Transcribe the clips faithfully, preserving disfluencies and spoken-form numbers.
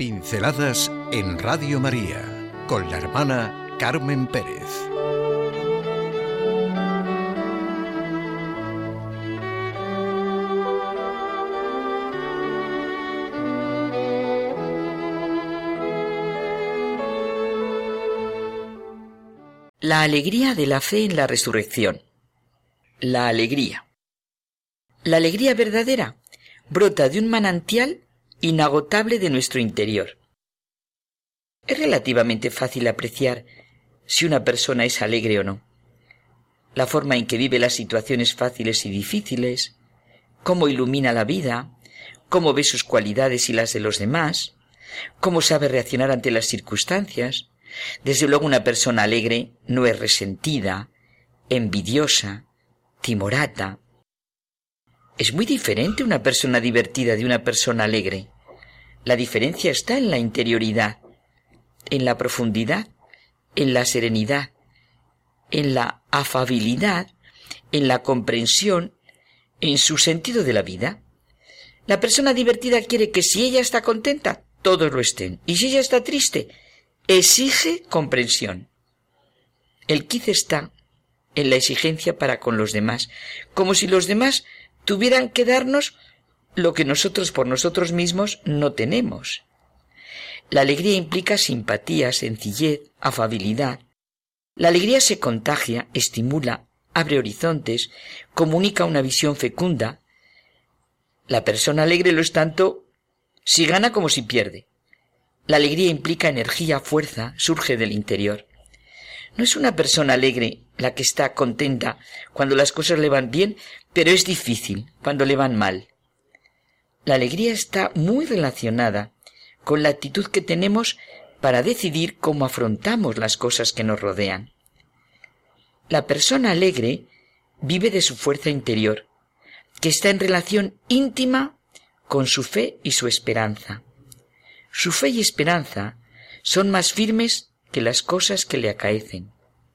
Pinceladas en Radio María con la hermana Carmen Pérez. La alegría de la fe en la resurrección. La alegría. La alegría verdadera brota de un manantial inagotable de nuestro interior. Es relativamente fácil apreciar si una persona es alegre o no. La forma en que vive las situaciones fáciles y difíciles, cómo ilumina la vida, cómo ve sus cualidades y las de los demás, cómo sabe reaccionar ante las circunstancias. Desde luego una persona alegre no es resentida, envidiosa, timorata. Es muy diferente una persona divertida de una persona alegre. La diferencia está en la interioridad, en la profundidad, en la serenidad, en la afabilidad, en la comprensión, en su sentido de la vida. La persona divertida quiere que si ella está contenta, todos lo estén. Y si ella está triste, exige comprensión. El quiz está en la exigencia para con los demás, como si los demás tuvieran que darnos lo que nosotros por nosotros mismos no tenemos. La alegría implica simpatía, sencillez, afabilidad. La alegría se contagia, estimula, abre horizontes, comunica una visión fecunda. La persona alegre lo es tanto si gana como si pierde. La alegría implica energía, fuerza, surge del interior. No es una persona alegre la que está contenta cuando las cosas le van bien, pero es difícil cuando le van mal. La alegría está muy relacionada con la actitud que tenemos para decidir cómo afrontamos las cosas que nos rodean. La persona alegre vive de su fuerza interior, que está en relación íntima con su fe y su esperanza. Su fe y esperanza son más firmes que las cosas que le acaecen.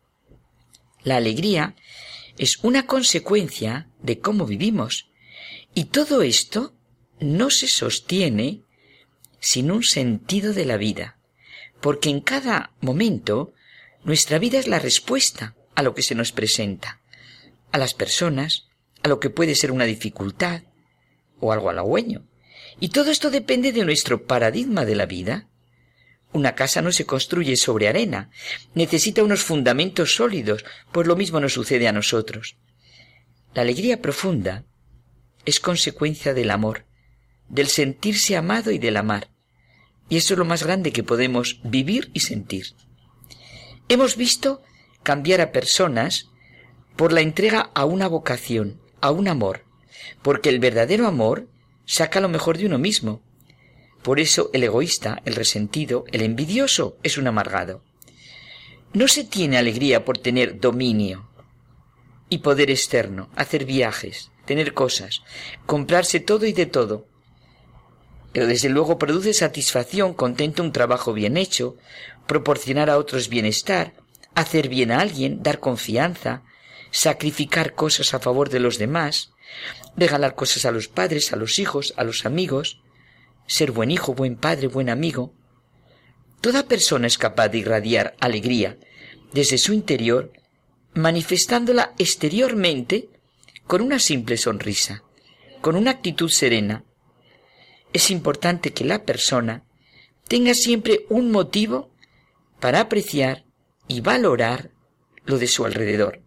La alegría es una consecuencia de cómo vivimos, y todo esto no se sostiene sin un sentido de la vida, porque en cada momento nuestra vida es la respuesta a lo que se nos presenta, a las personas, a lo que puede ser una dificultad o algo halagüeño. Y todo esto depende de nuestro paradigma de la vida. Una casa no se construye sobre arena, necesita unos fundamentos sólidos, pues lo mismo nos sucede a nosotros. La alegría profunda es consecuencia del amor, del sentirse amado y del amar, y eso es lo más grande que podemos vivir y sentir. Hemos visto cambiar a personas por la entrega a una vocación, a un amor, porque el verdadero amor saca lo mejor de uno mismo. Por eso el egoísta, el resentido, el envidioso es un amargado. No se tiene alegría por tener dominio y poder externo, hacer viajes, tener cosas, comprarse todo y de todo. Pero desde luego produce satisfacción, contento un trabajo bien hecho, proporcionar a otros bienestar, hacer bien a alguien, dar confianza, sacrificar cosas a favor de los demás, regalar cosas a los padres, a los hijos, a los amigos, ser buen hijo, buen padre, buen amigo. Toda persona es capaz de irradiar alegría desde su interior, manifestándola exteriormente con una simple sonrisa, con una actitud serena. Es importante que la persona tenga siempre un motivo para apreciar y valorar lo de su alrededor.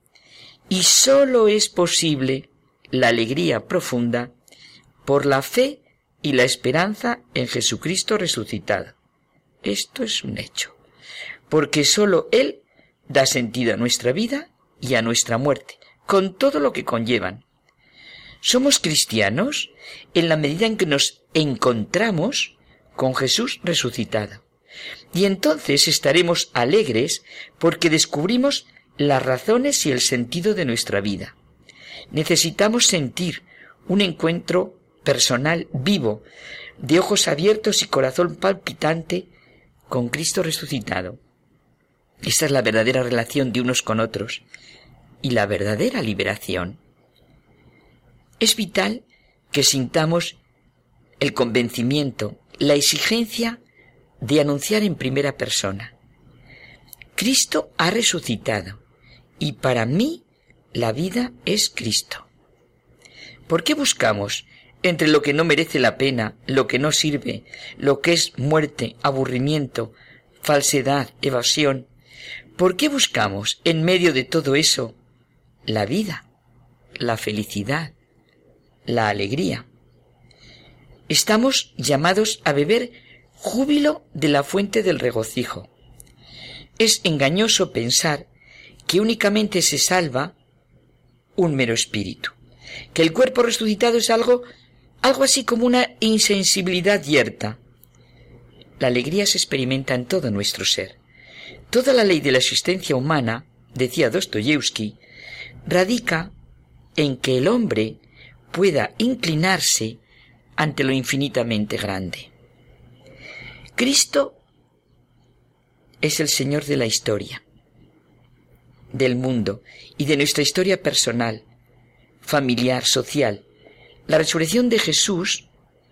Y sólo es posible la alegría profunda por la fe y la esperanza en Jesucristo resucitado. Esto es un hecho, porque sólo Él da sentido a nuestra vida y a nuestra muerte, con todo lo que conllevan. Somos cristianos en la medida en que nos encontramos con Jesús resucitado. Y entonces estaremos alegres porque descubrimos las razones y el sentido de nuestra vida. Necesitamos sentir un encuentro personal vivo, de ojos abiertos y corazón palpitante con Cristo resucitado. Esta es la verdadera relación de unos con otros y la verdadera liberación. Es vital que sintamos el convencimiento, la exigencia de anunciar en primera persona: Cristo ha resucitado y para mí la vida es Cristo. ¿Por qué buscamos entre lo que no merece la pena, lo que no sirve, lo que es muerte, aburrimiento, falsedad, evasión? ¿Por qué buscamos en medio de todo eso la vida, la felicidad, la alegría? Estamos llamados a beber júbilo de la fuente del regocijo. Es engañoso pensar que únicamente se salva un mero espíritu, que el cuerpo resucitado es algo, algo así como una insensibilidad yerta. La alegría se experimenta en todo nuestro ser. Toda la ley de la existencia humana, decía Dostoyevsky, radica en que el hombre pueda inclinarse ante lo infinitamente grande. Cristo es el Señor de la historia, del mundo y de nuestra historia personal, familiar, social. La resurrección de Jesús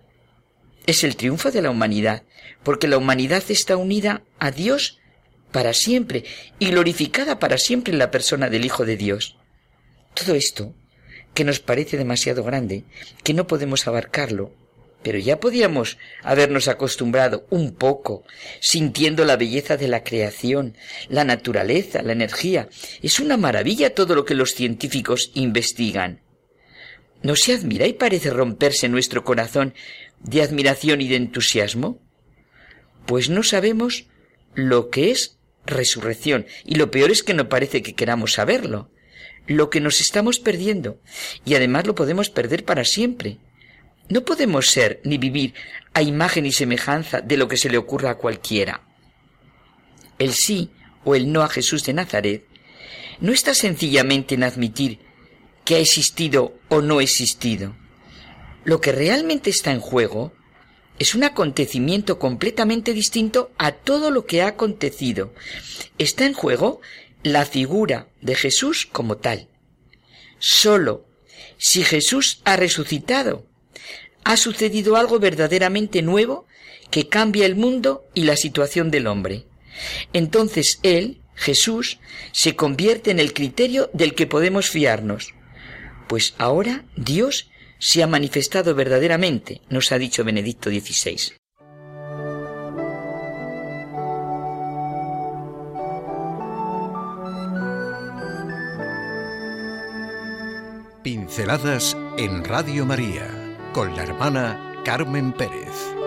es el triunfo de la humanidad, porque la humanidad está unida a Dios para siempre y glorificada para siempre en la persona del Hijo de Dios. Todo esto, que nos parece demasiado grande, que no podemos abarcarlo, pero ya podíamos habernos acostumbrado un poco, sintiendo la belleza de la creación, la naturaleza, la energía. Es una maravilla todo lo que los científicos investigan. ¿No se admira y parece romperse nuestro corazón de admiración y de entusiasmo? Pues no sabemos lo que es resurrección, y lo peor es que no parece que queramos saberlo, lo que nos estamos perdiendo, y además lo podemos perder para siempre. No podemos ser ni vivir a imagen y semejanza de lo que se le ocurra a cualquiera. El sí o el no a Jesús de Nazaret no está sencillamente en admitir que ha existido o no existido. Lo que realmente está en juego es un acontecimiento completamente distinto a todo lo que ha acontecido. Está en juego la figura de Jesús como tal. Solo si Jesús ha resucitado, ha sucedido algo verdaderamente nuevo que cambia el mundo y la situación del hombre. Entonces Él, Jesús, se convierte en el criterio del que podemos fiarnos. Pues ahora Dios se ha manifestado verdaderamente, nos ha dicho Benedicto dieciséis. Pinceladas en Radio María con la hermana Carmen Pérez.